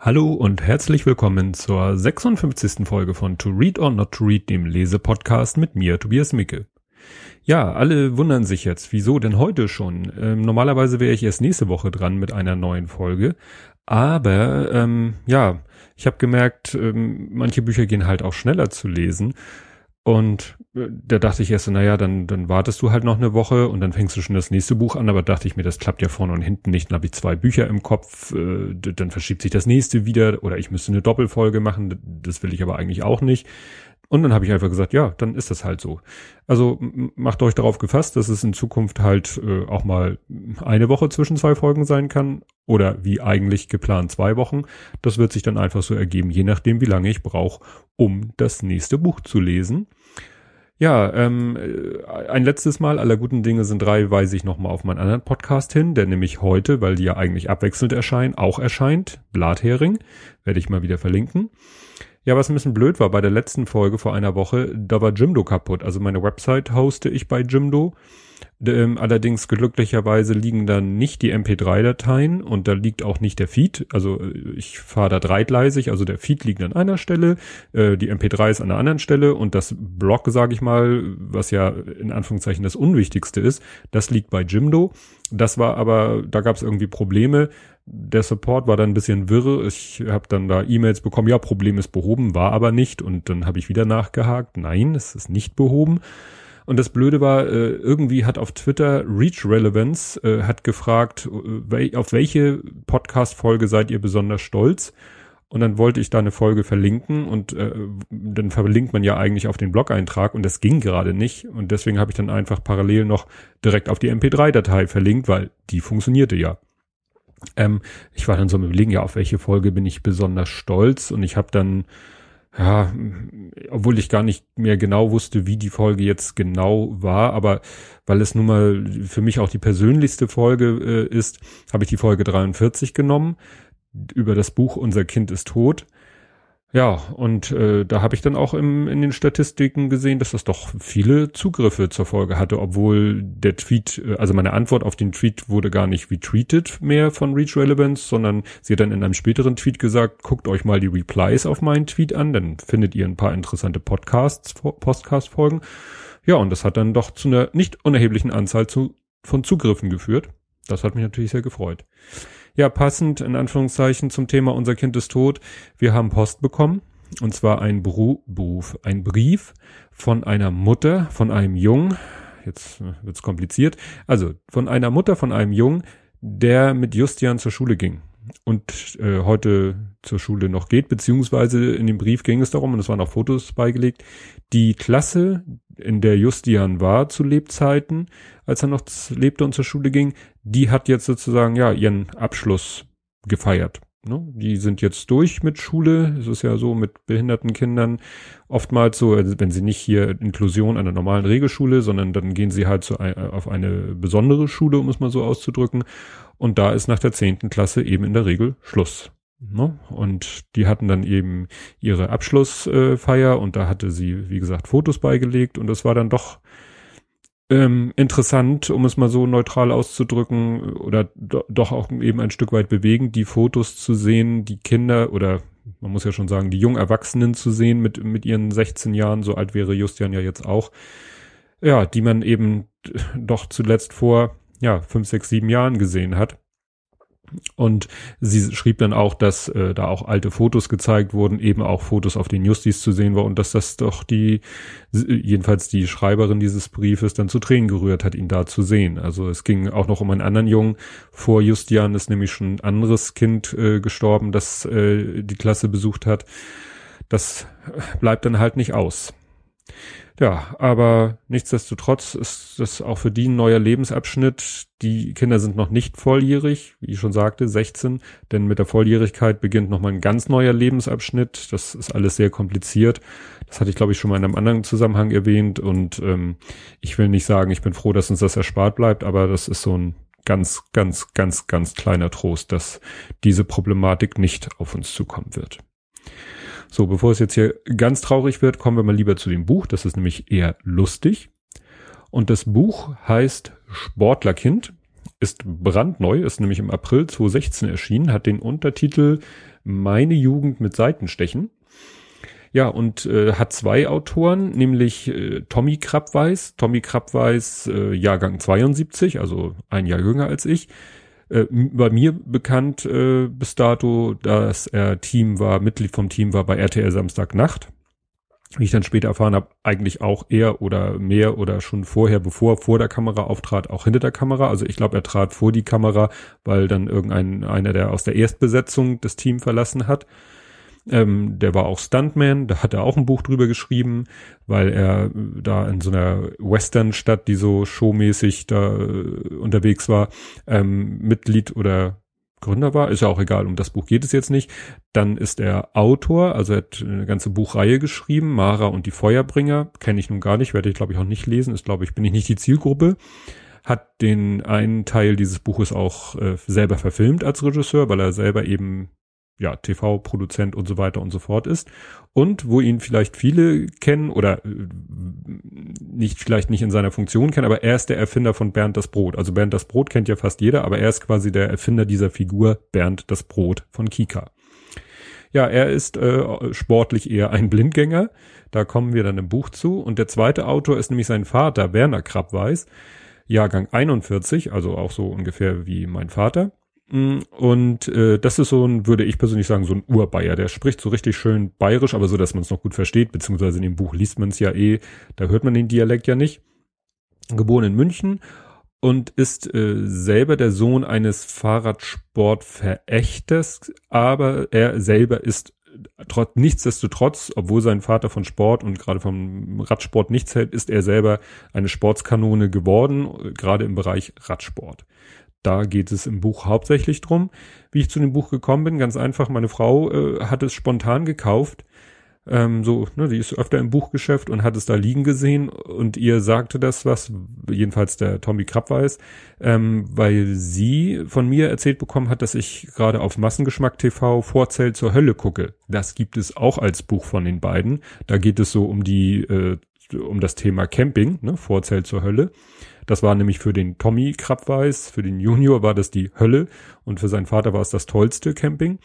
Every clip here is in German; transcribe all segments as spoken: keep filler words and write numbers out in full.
Hallo und herzlich willkommen zur sechsundfünfzigsten Folge von To Read or Not to Read, dem Lese-Podcast mit mir, Tobias Micke. Ja, alle wundern sich jetzt, wieso denn heute schon? Ähm, normalerweise wäre ich erst nächste Woche dran mit einer neuen Folge, aber ähm, ja, ich habe gemerkt, ähm, manche Bücher gehen halt auch schneller zu lesen. Und äh, da dachte ich erst so, naja, dann, dann wartest du halt noch eine Woche und dann fängst du schon das nächste Buch an, aber dachte ich mir, das klappt ja vorne und hinten nicht. Dann habe ich zwei Bücher im Kopf, äh, dann verschiebt sich das nächste wieder oder ich müsste eine Doppelfolge machen, das will ich aber eigentlich auch nicht. Und dann habe ich einfach gesagt, ja, dann ist das halt so. Also m- macht euch darauf gefasst, dass es in Zukunft halt äh, auch mal eine Woche zwischen zwei Folgen sein kann oder wie eigentlich geplant zwei Wochen. Das wird sich dann einfach so ergeben, je nachdem, wie lange ich brauche, um das nächste Buch zu lesen. Ja, ähm, ein letztes Mal, aller guten Dinge sind drei, weise ich nochmal auf meinen anderen Podcast hin, der nämlich heute, weil die ja eigentlich abwechselnd erscheinen, auch erscheint. Blathering, werde ich mal wieder verlinken. Ja, was ein bisschen blöd war, bei der letzten Folge vor einer Woche, da war Jimdo kaputt. Also meine Website hoste ich bei Jimdo. Ähm, allerdings glücklicherweise liegen da nicht die M P drei Dateien und da liegt auch nicht der Feed. Also ich fahre da dreigleisig, also der Feed liegt an einer Stelle, äh, die M P drei ist an einer anderen Stelle und das Blog, sage ich mal, was ja in Anführungszeichen das Unwichtigste ist, das liegt bei Jimdo. Das war aber, da gab es irgendwie Probleme. Der Support war dann ein bisschen wirr. Ich habe dann da E-Mails bekommen, ja, Problem ist behoben, war aber nicht. Und dann habe ich wieder nachgehakt, nein, es ist nicht behoben. Und das Blöde war, äh, irgendwie hat auf Twitter Reach Relevance äh, hat gefragt, äh, auf welche Podcast-Folge seid ihr besonders stolz? Und dann wollte ich da eine Folge verlinken und äh, dann verlinkt man ja eigentlich auf den Blog-Eintrag und das ging gerade nicht. Und deswegen habe ich dann einfach parallel noch direkt auf die M P drei Datei verlinkt, weil die funktionierte ja. Ähm, ich war dann so am Überlegen, ja, auf welche Folge bin ich besonders stolz und ich habe dann, ja, obwohl ich gar nicht mehr genau wusste, wie die Folge jetzt genau war, aber weil es nun mal für mich auch die persönlichste Folge äh, ist, habe ich die Folge dreiundvierzig genommen, über das Buch Unser Kind ist tot. Ja, und äh, da habe ich dann auch im, in den Statistiken gesehen, dass das doch viele Zugriffe zur Folge hatte, obwohl der Tweet, also meine Antwort auf den Tweet wurde gar nicht retweetet mehr von Reach Relevance, sondern sie hat dann in einem späteren Tweet gesagt, guckt euch mal die Replies auf meinen Tweet an, dann findet ihr ein paar interessante Podcasts, Podcast-Folgen. Ja, und das hat dann doch zu einer nicht unerheblichen Anzahl zu, von Zugriffen geführt. Das hat mich natürlich sehr gefreut. Ja, passend in Anführungszeichen zum Thema Unser Kind ist tot. Wir haben Post bekommen und zwar ein Beru- Beruf, ein Brief von einer Mutter, von einem Jungen. Jetzt wird's kompliziert. Also von einer Mutter von einem Jungen, der mit Justian zur Schule ging und äh, heute zur Schule noch geht, beziehungsweise in dem Brief ging es darum, und es waren auch Fotos beigelegt, die Klasse, in der Justian war zu Lebzeiten, als er noch lebte und zur Schule ging, die hat jetzt sozusagen ja ihren Abschluss gefeiert. Ne? Die sind jetzt durch mit Schule. Es ist ja so mit behinderten Kindern oftmals so, also wenn sie nicht hier Inklusion einer normalen Regelschule, sondern dann gehen sie halt zu, auf eine besondere Schule, um es mal so auszudrücken. Und da ist nach der zehnten Klasse eben in der Regel Schluss. Ne? Und die hatten dann eben ihre Abschlussfeier äh, und da hatte sie, wie gesagt, Fotos beigelegt und das war dann doch ähm, interessant, um es mal so neutral auszudrücken oder do, doch auch eben ein Stück weit bewegend, die Fotos zu sehen, die Kinder oder man muss ja schon sagen, die jungen Erwachsenen zu sehen mit mit ihren sechzehn Jahren, so alt wäre Justian ja jetzt auch, ja, die man eben doch zuletzt vor ja fünf, sechs, sieben Jahren gesehen hat. Und sie schrieb dann auch, dass äh, da auch alte Fotos gezeigt wurden, eben auch Fotos, auf denen Justis zu sehen war und dass das doch die, jedenfalls die Schreiberin dieses Briefes dann zu Tränen gerührt hat, ihn da zu sehen. Also es ging auch noch um einen anderen Jungen. Vor Justian ist nämlich schon ein anderes Kind äh, gestorben, das äh, die Klasse besucht hat. Das bleibt dann halt nicht aus. Ja, aber nichtsdestotrotz ist das auch für die ein neuer Lebensabschnitt. Die Kinder sind noch nicht volljährig, wie ich schon sagte, sechzehn, denn mit der Volljährigkeit beginnt nochmal ein ganz neuer Lebensabschnitt. Das ist alles sehr kompliziert. Das hatte ich, glaube ich, schon mal in einem anderen Zusammenhang erwähnt und ähm, ich will nicht sagen, ich bin froh, dass uns das erspart bleibt, aber das ist so ein ganz, ganz, ganz, ganz kleiner Trost, dass diese Problematik nicht auf uns zukommen wird. So, bevor es jetzt hier ganz traurig wird, kommen wir mal lieber zu dem Buch. Das ist nämlich eher lustig. Und das Buch heißt Sportlerkind ist brandneu, ist nämlich im April zweitausendsechzehn erschienen, hat den Untertitel Meine Jugend mit Seitenstechen. Ja, und äh, hat zwei Autoren, nämlich äh, Tommy Krappweis. Tommy Krappweis, äh, Jahrgang zweiundsiebzig, also ein Jahr jünger als ich. Äh, bei mir bekannt äh, bis dato, dass er Team war, Mitglied vom Team war bei R T L Samstagnacht. Wie ich dann später erfahren habe, eigentlich auch er oder mehr oder schon vorher, bevor er vor der Kamera auftrat, auch hinter der Kamera. Also ich glaube, er trat vor die Kamera, weil dann irgendein einer, der aus der Erstbesetzung das Team verlassen hat. Ähm, der war auch Stuntman, da hat er auch ein Buch drüber geschrieben, weil er da in so einer Westernstadt, die so showmäßig da äh, unterwegs war, ähm, Mitglied oder Gründer war, ist ja auch egal, um das Buch geht es jetzt nicht. Dann ist er Autor, also er hat eine ganze Buchreihe geschrieben, Mara und die Feuerbringer, kenne ich nun gar nicht, werde ich glaube ich auch nicht lesen, ist glaube ich, bin ich nicht die Zielgruppe. Hat den einen Teil dieses Buches auch äh, selber verfilmt als Regisseur, weil er selber eben ja, T V-Produzent und so weiter und so fort ist. Und wo ihn vielleicht viele kennen oder äh, nicht, vielleicht nicht in seiner Funktion kennen, aber er ist der Erfinder von Bernd das Brot. Also Bernd das Brot kennt ja fast jeder, aber er ist quasi der Erfinder dieser Figur Bernd das Brot von Kika. Ja, er ist äh, sportlich eher ein Blindgänger. Da kommen wir dann im Buch zu. Und der zweite Autor ist nämlich sein Vater, Werner Krappweis, Jahrgang einundvierzig, also auch so ungefähr wie mein Vater. Und äh, das ist so ein, würde ich persönlich sagen, so ein Urbayer. Der spricht so richtig schön bayerisch, aber so, dass man es noch gut versteht, beziehungsweise in dem Buch liest man es ja eh, da hört man den Dialekt ja nicht. Geboren in München und ist äh, selber der Sohn eines Fahrradsportverächters, aber er selber ist trotz, nichtsdestotrotz, obwohl sein Vater von Sport und gerade vom Radsport nichts hält, ist er selber eine Sportskanone geworden, gerade im Bereich Radsport. Da geht es im Buch hauptsächlich drum. Wie ich zu dem Buch gekommen bin, ganz einfach, meine Frau äh, hat es spontan gekauft. Ähm, so, ne, die ist öfter im Buchgeschäft und hat es da liegen gesehen und ihr sagte das was, jedenfalls der Tommy Krappweis, ähm, weil sie von mir erzählt bekommen hat, dass ich gerade auf Massengeschmack T V Vorzelt zur Hölle gucke. Das gibt es auch als Buch von den beiden. Da geht es so um die, äh, um das Thema Camping, ne, Vorzelt zur Hölle. Das war nämlich für den Tommy Krappweis, für den Junior war das die Hölle und für seinen Vater war es das tollste Camping.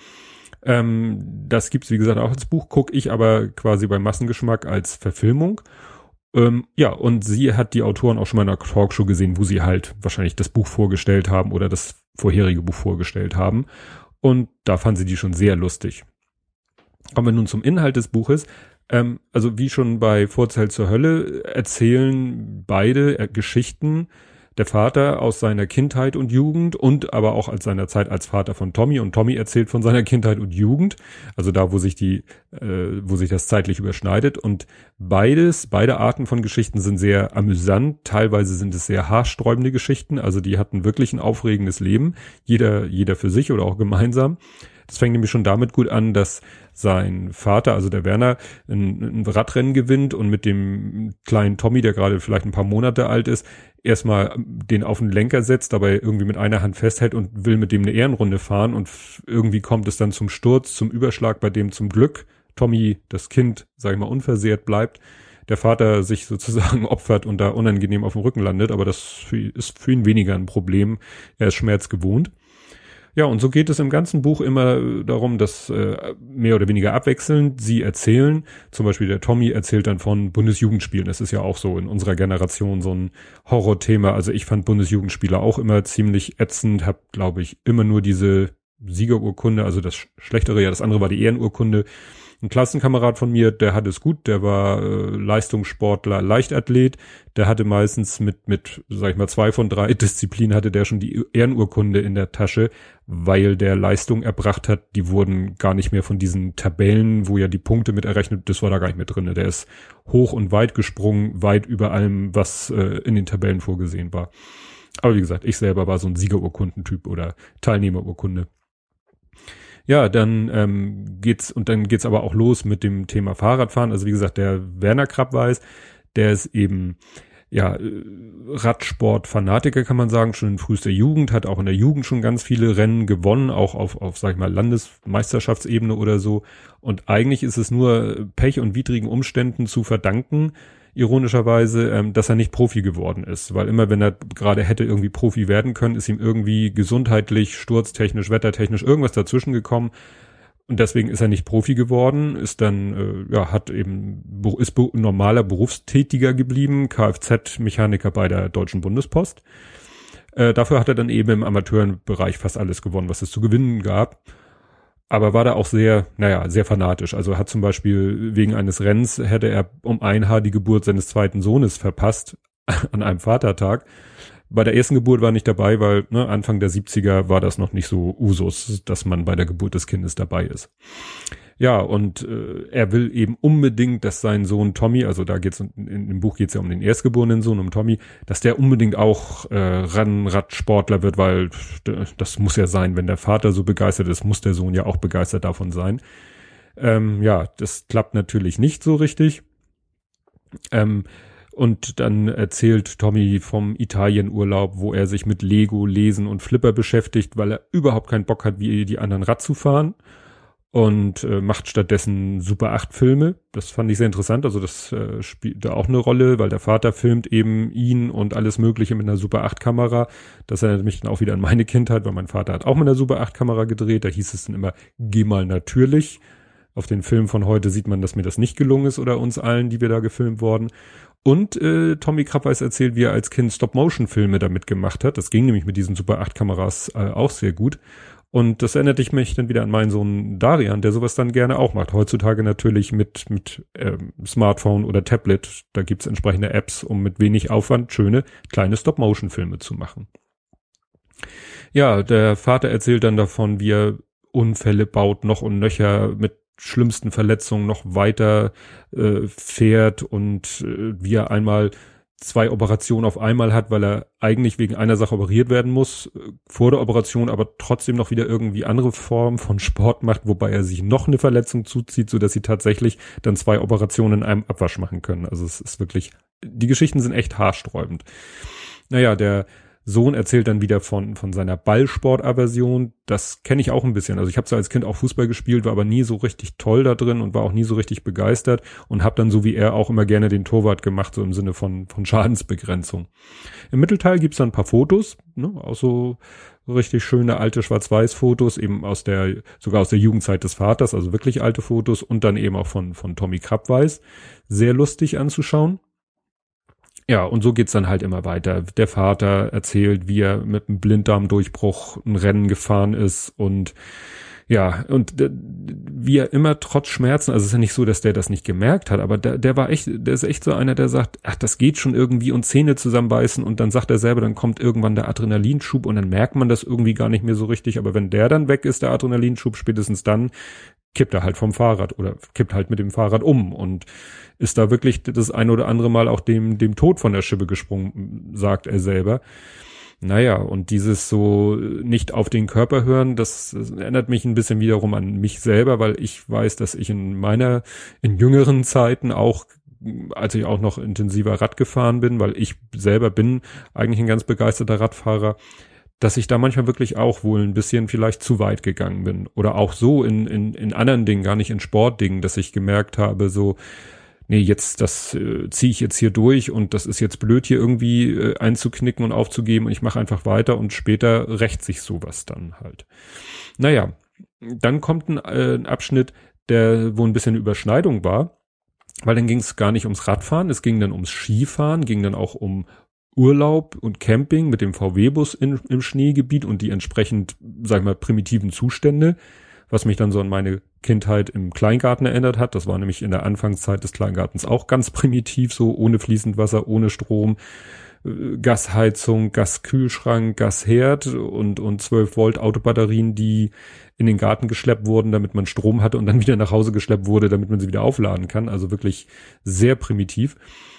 Ähm, das gibt's wie gesagt auch als Buch, gucke ich aber quasi beim Massengeschmack als Verfilmung. Ähm, ja, und sie hat die Autoren auch schon mal in einer Talkshow gesehen, wo sie halt wahrscheinlich das Buch vorgestellt haben oder das vorherige Buch vorgestellt haben. Und da fand sie die schon sehr lustig. Kommen wir nun zum Inhalt des Buches. Ähm, also wie schon bei Vorzelt zur Hölle erzählen beide äh, Geschichten. Der Vater aus seiner Kindheit und Jugend und aber auch als seiner Zeit als Vater von Tommy. Und Tommy erzählt von seiner Kindheit und Jugend. Also da, wo sich die, äh, wo sich das zeitlich überschneidet. Und beides, beide Arten von Geschichten sind sehr amüsant. Teilweise sind es sehr haarsträubende Geschichten. Also die hatten wirklich ein aufregendes Leben. Jeder, jeder für sich oder auch gemeinsam. Das fängt nämlich schon damit gut an, dass sein Vater, also der Werner, ein, ein Radrennen gewinnt und mit dem kleinen Tommy, der gerade vielleicht ein paar Monate alt ist, erstmal den auf den Lenker setzt, dabei irgendwie mit einer Hand festhält und will mit dem eine Ehrenrunde fahren und irgendwie kommt es dann zum Sturz, zum Überschlag, bei dem zum Glück Tommy, das Kind, sag ich mal, unversehrt bleibt. Der Vater sich sozusagen opfert und da unangenehm auf dem Rücken landet, aber das ist für ihn weniger ein Problem. Er ist Schmerz gewohnt. Ja, und so geht es im ganzen Buch immer darum, dass äh, mehr oder weniger abwechselnd sie erzählen. Zum Beispiel der Tommy erzählt dann von Bundesjugendspielen. Das ist ja auch so in unserer Generation so ein Horrorthema. Also ich fand Bundesjugendspiele auch immer ziemlich ätzend, hab, glaube ich, immer nur diese Siegerurkunde, also das Schlechtere, ja, das andere war die Ehrenurkunde. Ein Klassenkamerad von mir, der hatte es gut, der war äh, Leistungssportler, Leichtathlet, der hatte meistens mit, mit, sag ich mal, zwei von drei Disziplinen hatte der schon die Ehrenurkunde in der Tasche, weil der Leistung erbracht hat, die wurden gar nicht mehr von diesen Tabellen, wo ja die Punkte mit errechnet, das war da gar nicht mehr drin. Der ist hoch und weit gesprungen, weit über allem, was äh, in den Tabellen vorgesehen war. Aber wie gesagt, ich selber war so ein Siegerurkundentyp oder Teilnehmerurkunde. Ja, dann ähm, geht's und dann geht's aber auch los mit dem Thema Fahrradfahren. Also wie gesagt, der Werner Krappweis, der ist eben ja Radsport-Fanatiker, kann man sagen, schon in frühester Jugend, hat auch in der Jugend schon ganz viele Rennen gewonnen, auch auf auf sag ich mal Landesmeisterschaftsebene oder so. Und eigentlich ist es nur Pech und widrigen Umständen zu verdanken, ironischerweise, ähm, dass er nicht Profi geworden ist, weil immer wenn er gerade hätte irgendwie Profi werden können, ist ihm irgendwie gesundheitlich, sturztechnisch, wettertechnisch irgendwas dazwischen gekommen und deswegen ist er nicht Profi geworden, ist dann, äh, ja, hat eben, ist be- normaler Berufstätiger geblieben, Kfz-Mechaniker bei der Deutschen Bundespost. Äh, dafür hat er dann eben im Amateurenbereich fast alles gewonnen, was es zu gewinnen gab. Aber war da auch sehr, naja, sehr fanatisch. Also hat zum Beispiel wegen eines Rennens hätte er um ein Haar die Geburt seines zweiten Sohnes verpasst an einem Vatertag. Bei der ersten Geburt war er nicht dabei, weil ne, Anfang der siebziger war das noch nicht so Usus, dass man bei der Geburt des Kindes dabei ist. Ja, und äh, er will eben unbedingt, dass sein Sohn Tommy, also da geht's in, in dem Buch geht's ja um den erstgeborenen Sohn, um Tommy, dass der unbedingt auch äh, Rennradsportler wird, weil das muss ja sein, wenn der Vater so begeistert ist, muss der Sohn ja auch begeistert davon sein. Ähm, ja, das klappt natürlich nicht so richtig. Ähm, und dann erzählt Tommy vom Italienurlaub, wo er sich mit Lego, Lesen und Flipper beschäftigt, weil er überhaupt keinen Bock hat, wie die anderen Rad zu fahren. Und äh, macht stattdessen Super acht Filme. Das fand ich sehr interessant. Also das äh, spielt da auch eine Rolle, weil der Vater filmt eben ihn und alles Mögliche mit einer Super acht Kamera. Das erinnert mich dann auch wieder an meine Kindheit, weil mein Vater hat auch mit einer Super acht Kamera gedreht. Da hieß es dann immer, geh mal natürlich. Auf den Filmen von heute sieht man, dass mir das nicht gelungen ist oder uns allen, die wir da gefilmt worden. Und äh, Tommy Krabweis erzählt, wie er als Kind Stop-Motion-Filme damit gemacht hat. Das ging nämlich mit diesen Super acht Kameras äh, auch sehr gut. Und das erinnerte ich mich dann wieder an meinen Sohn Darian, der sowas dann gerne auch macht. Heutzutage natürlich mit mit ähm, Smartphone oder Tablet. Da gibt's entsprechende Apps, um mit wenig Aufwand schöne kleine Stop-Motion-Filme zu machen. Ja, der Vater erzählt dann davon, wie er Unfälle baut, noch und nöcher mit schlimmsten Verletzungen noch weiter äh, fährt und äh, wie er einmal zwei Operationen auf einmal hat, weil er eigentlich wegen einer Sache operiert werden muss, vor der Operation aber trotzdem noch wieder irgendwie andere Formen von Sport macht, wobei er sich noch eine Verletzung zuzieht, so dass sie tatsächlich dann zwei Operationen in einem Abwasch machen können. Also es ist wirklich, die Geschichten sind echt haarsträubend. Naja, der Sohn erzählt dann wieder von von seiner Ballsportaversion. Das kenne ich auch ein bisschen. Also ich habe so als Kind auch Fußball gespielt, war aber nie so richtig toll da drin und war auch nie so richtig begeistert und habe dann so wie er auch immer gerne den Torwart gemacht, so im Sinne von von Schadensbegrenzung. Im Mittelteil gibt's dann ein paar Fotos, ne, auch so richtig schöne alte Schwarz-Weiß-Fotos, eben aus der, sogar aus der Jugendzeit des Vaters, also wirklich alte Fotos und dann eben auch von von Tommy Krabweis. Sehr lustig anzuschauen. Ja, und so geht's dann halt immer weiter. Der Vater erzählt, wie er mit einem Blinddarmdurchbruch ein Rennen gefahren ist und ja, und der, wie er immer trotz Schmerzen, also es ist ja nicht so, dass der das nicht gemerkt hat, aber der, der war echt, der ist echt so einer, der sagt, ach, das geht schon irgendwie und Zähne zusammenbeißen und dann sagt er selber, dann kommt irgendwann der Adrenalinschub und dann merkt man das irgendwie gar nicht mehr so richtig, aber wenn der dann weg ist, der Adrenalinschub, spätestens dann kippt er halt vom Fahrrad oder kippt halt mit dem Fahrrad um und ist da wirklich das ein oder andere Mal auch dem dem Tod von der Schippe gesprungen, sagt er selber. Naja, und dieses so nicht auf den Körper hören, das, das erinnert mich ein bisschen wiederum an mich selber, weil ich weiß, dass ich in meiner, in jüngeren Zeiten auch, als ich auch noch intensiver Rad gefahren bin, weil ich selber bin eigentlich ein ganz begeisterter Radfahrer, dass ich da manchmal wirklich auch wohl ein bisschen vielleicht zu weit gegangen bin. Oder auch so in, in, in anderen Dingen, gar nicht in Sportdingen, dass ich gemerkt habe, so, nee, jetzt, das äh, ziehe ich jetzt hier durch und das ist jetzt blöd, hier irgendwie äh, einzuknicken und aufzugeben und ich mache einfach weiter und später rächt sich sowas dann halt. Naja, dann kommt ein, äh, ein Abschnitt, der, wo ein bisschen Überschneidung war, weil dann ging es gar nicht ums Radfahren, es ging dann ums Skifahren, ging dann auch um Urlaub und Camping mit dem V W-Bus in, im Schneegebiet und die entsprechend, sag ich mal, primitiven Zustände, was mich dann so an meine Kindheit im Kleingarten erinnert hat. Das war nämlich in der Anfangszeit des Kleingartens auch ganz primitiv, so ohne fließend Wasser, ohne Strom, äh, Gasheizung, Gaskühlschrank, Gasherd und und zwölf Volt Autobatterien, die in den Garten geschleppt wurden, damit man Strom hatte und dann wieder nach Hause geschleppt wurde, damit man sie wieder aufladen kann. Also wirklich sehr primitiv.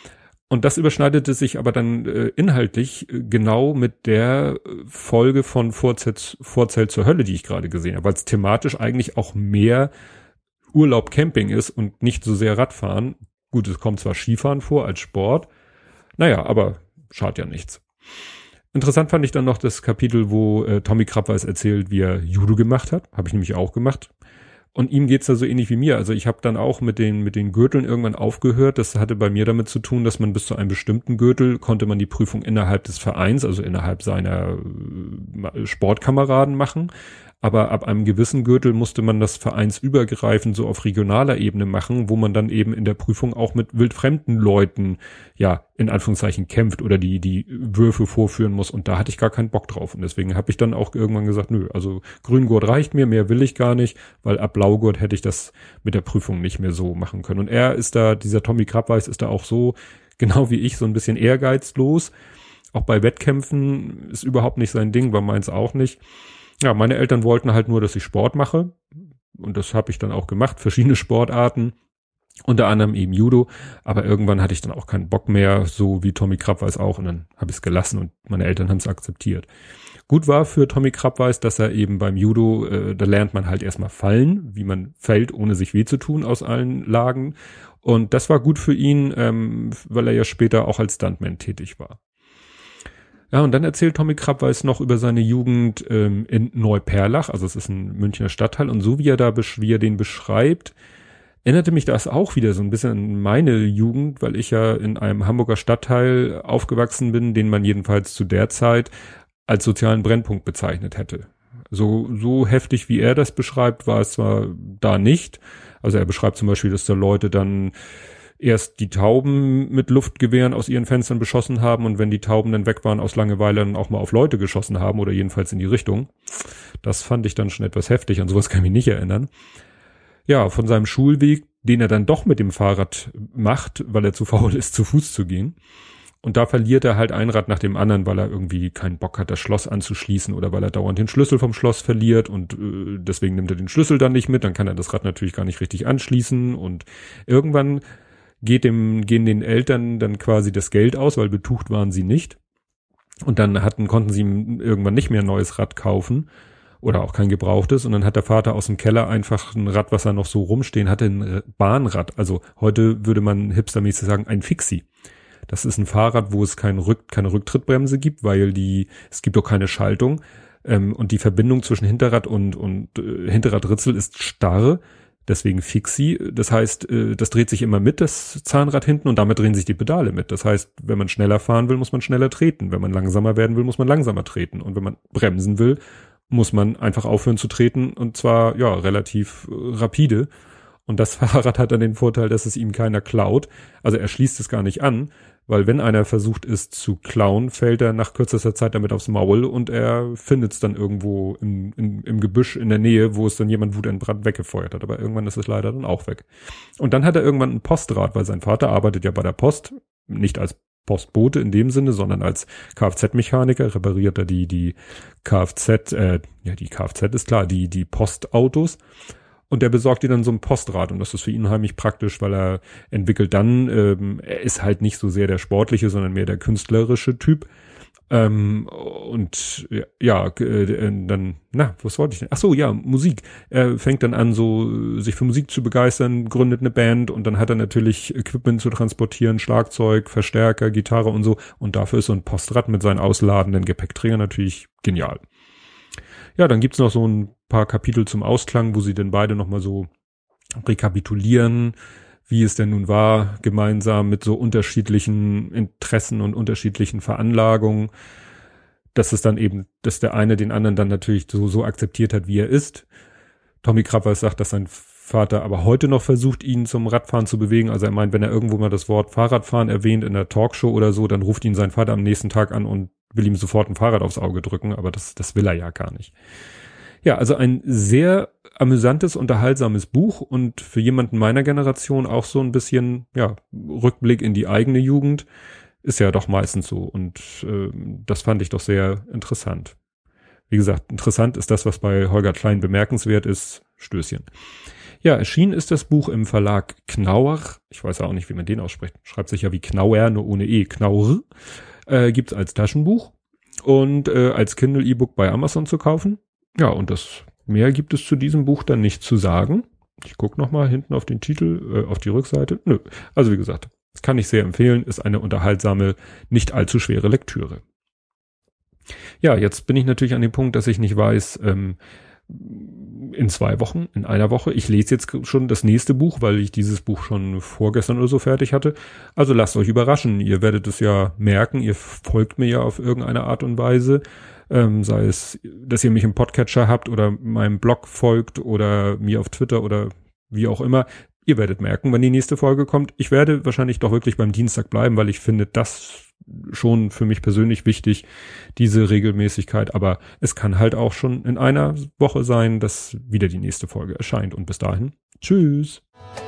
Und das überschneidete sich aber dann äh, inhaltlich äh, genau mit der Folge von Vorzelt, Vorzelt zur Hölle, die ich gerade gesehen habe, weil es thematisch eigentlich auch mehr Urlaub Camping ist und nicht so sehr Radfahren. Gut, es kommt zwar Skifahren vor als Sport, naja, aber schadet ja nichts. Interessant fand ich dann noch das Kapitel, wo äh, Tommy Krabweis erzählt, wie er Judo gemacht hat. Habe ich nämlich auch gemacht. Und ihm geht's da so ähnlich wie mir. Also ich habe dann auch mit den mit den Gürteln irgendwann aufgehört. Das hatte bei mir damit zu tun, dass man bis zu einem bestimmten Gürtel konnte man die Prüfung innerhalb des Vereins, also innerhalb seiner äh, Sportkameraden machen. Aber ab einem gewissen Gürtel musste man das vereinsübergreifend so auf regionaler Ebene machen, wo man dann eben in der Prüfung auch mit wildfremden Leuten, ja, in Anführungszeichen kämpft oder die die Würfe vorführen muss. Und da hatte ich gar keinen Bock drauf. Und deswegen habe ich dann auch irgendwann gesagt, nö, also Grüngurt reicht mir, mehr will ich gar nicht, weil ab Blaugurt hätte ich das mit der Prüfung nicht mehr so machen können. Und er ist da, dieser Tommy Krabweis ist da auch so, genau wie ich, so ein bisschen ehrgeizlos. Auch bei Wettkämpfen ist überhaupt nicht sein Ding, war meins auch nicht. Ja, meine Eltern wollten halt nur, dass ich Sport mache. Und das habe ich dann auch gemacht, verschiedene Sportarten. Unter anderem eben Judo. Aber irgendwann hatte ich dann auch keinen Bock mehr, so wie Tommy Krabweis auch. Und dann habe ich es gelassen und meine Eltern haben es akzeptiert. Gut war für Tommy Krabweis, dass er eben beim Judo, äh, da lernt man halt erstmal fallen, wie man fällt, ohne sich weh zu tun aus allen Lagen. Und das war gut für ihn, ähm, weil er ja später auch als Stuntman tätig war. Ja, und dann erzählt Tommy Krabweis noch über seine Jugend ähm, in Neuperlach, also es ist ein Münchner Stadtteil, und so wie er da, wie er den beschreibt, erinnerte mich das auch wieder so ein bisschen an meine Jugend, weil ich ja in einem Hamburger Stadtteil aufgewachsen bin, den man jedenfalls zu der Zeit als sozialen Brennpunkt bezeichnet hätte. So, so heftig wie er das beschreibt, war es zwar da nicht. Also er beschreibt zum Beispiel, dass da Leute dann erst die Tauben mit Luftgewehren aus ihren Fenstern beschossen haben und wenn die Tauben dann weg waren, aus Langeweile dann auch mal auf Leute geschossen haben oder jedenfalls in die Richtung. Das fand ich dann schon etwas heftig, an sowas kann ich mich nicht erinnern. Ja, von seinem Schulweg, den er dann doch mit dem Fahrrad macht, weil er zu faul ist, zu Fuß zu gehen. Und da verliert er halt ein Rad nach dem anderen, weil er irgendwie keinen Bock hat, das Schloss anzuschließen oder weil er dauernd den Schlüssel vom Schloss verliert und äh, deswegen nimmt er den Schlüssel dann nicht mit, dann kann er das Rad natürlich gar nicht richtig anschließen und irgendwann geht dem, gehen den Eltern dann quasi das Geld aus, weil betucht waren sie nicht. Und dann hatten, konnten sie ihm irgendwann nicht mehr ein neues Rad kaufen oder auch kein gebrauchtes. Und dann hat der Vater aus dem Keller einfach ein Rad, was er noch so rumstehen hatte, ein Bahnrad. Also heute würde man hipstermäßig sagen, ein Fixie. Das ist ein Fahrrad, wo es kein Rück, keine Rücktrittbremse gibt, weil die, es gibt auch keine Schaltung. Ähm, und die Verbindung zwischen Hinterrad und, und äh, Hinterradritzel ist starr. Deswegen Fixie, das heißt, das dreht sich immer mit, das Zahnrad hinten, und damit drehen sich die Pedale mit. Das heißt, wenn man schneller fahren will, muss man schneller treten. Wenn man langsamer werden will, muss man langsamer treten. Und wenn man bremsen will, muss man einfach aufhören zu treten, und zwar, ja, relativ rapide. Und das Fahrrad hat dann den Vorteil, dass es ihm keiner klaut. Also er schließt es gar nicht an, weil wenn einer versucht es zu klauen, fällt er nach kürzester Zeit damit aufs Maul und er findet es dann irgendwo im, im, im Gebüsch in der Nähe, wo es dann jemand wutentbrannt weggefeuert hat. Aber irgendwann ist es leider dann auch weg. Und dann hat er irgendwann ein Postrad, weil sein Vater arbeitet ja bei der Post, nicht als Postbote in dem Sinne, sondern als Kfz-Mechaniker, repariert er die, die Kfz, äh, ja, die Kfz ist klar, die, die Postautos. Und der besorgt ihr dann so ein Postrad und das ist für ihn unheimlich praktisch, weil er entwickelt dann, ähm, er ist halt nicht so sehr der sportliche, sondern mehr der künstlerische Typ. Ähm, und ja, äh, dann, na, was wollte ich denn? Ach so, ja, Musik. Er fängt dann an, so sich für Musik zu begeistern, gründet eine Band und dann hat er natürlich Equipment zu transportieren, Schlagzeug, Verstärker, Gitarre und so. Und dafür ist so ein Postrad mit seinen ausladenden Gepäckträgern natürlich genial. Ja, dann gibt's noch so ein paar Kapitel zum Ausklang, wo sie dann beide nochmal so rekapitulieren, wie es denn nun war, gemeinsam mit so unterschiedlichen Interessen und unterschiedlichen Veranlagungen, dass es dann eben, dass der eine den anderen dann natürlich so, so akzeptiert hat, wie er ist. Tommy Krabweis sagt, dass sein Vater aber heute noch versucht, ihn zum Radfahren zu bewegen. Also er meint, wenn er irgendwo mal das Wort Fahrradfahren erwähnt in der Talkshow oder so, dann ruft ihn sein Vater am nächsten Tag an und will ihm sofort ein Fahrrad aufs Auge drücken, aber das, das will er ja gar nicht. Ja, also ein sehr amüsantes, unterhaltsames Buch und für jemanden meiner Generation auch so ein bisschen, ja, Rückblick in die eigene Jugend, ist ja doch meistens so und äh, das fand ich doch sehr interessant. Wie gesagt, interessant ist das, was bei Holger Klein bemerkenswert ist. Stößchen. Ja, erschienen ist das Buch im Verlag Knauer. Ich weiß auch nicht, wie man den ausspricht. Schreibt sich ja wie Knauer, nur ohne E. Knauer. Äh, gibt's als Taschenbuch und äh, als Kindle-E-Book bei Amazon zu kaufen. Ja, und das mehr gibt es zu diesem Buch dann nicht zu sagen. Ich gucke nochmal hinten auf den Titel, äh, auf die Rückseite. Nö, also wie gesagt, kann ich sehr empfehlen. Ist eine unterhaltsame, nicht allzu schwere Lektüre. Ja, jetzt bin ich natürlich an dem Punkt, dass ich nicht weiß, ähm, in zwei Wochen, in einer Woche. Ich lese jetzt schon das nächste Buch, weil ich dieses Buch schon vorgestern oder so fertig hatte. Also lasst euch überraschen. Ihr werdet es ja merken. Ihr folgt mir ja auf irgendeine Art und Weise. Ähm, sei es, dass ihr mich im Podcatcher habt oder meinem Blog folgt oder mir auf Twitter oder wie auch immer. Ihr werdet merken, wenn die nächste Folge kommt. Ich werde wahrscheinlich doch wirklich beim Dienstag bleiben, weil ich finde, das schon für mich persönlich wichtig, diese Regelmäßigkeit. Aber es kann halt auch schon in einer Woche sein, dass wieder die nächste Folge erscheint. Und bis dahin, tschüss.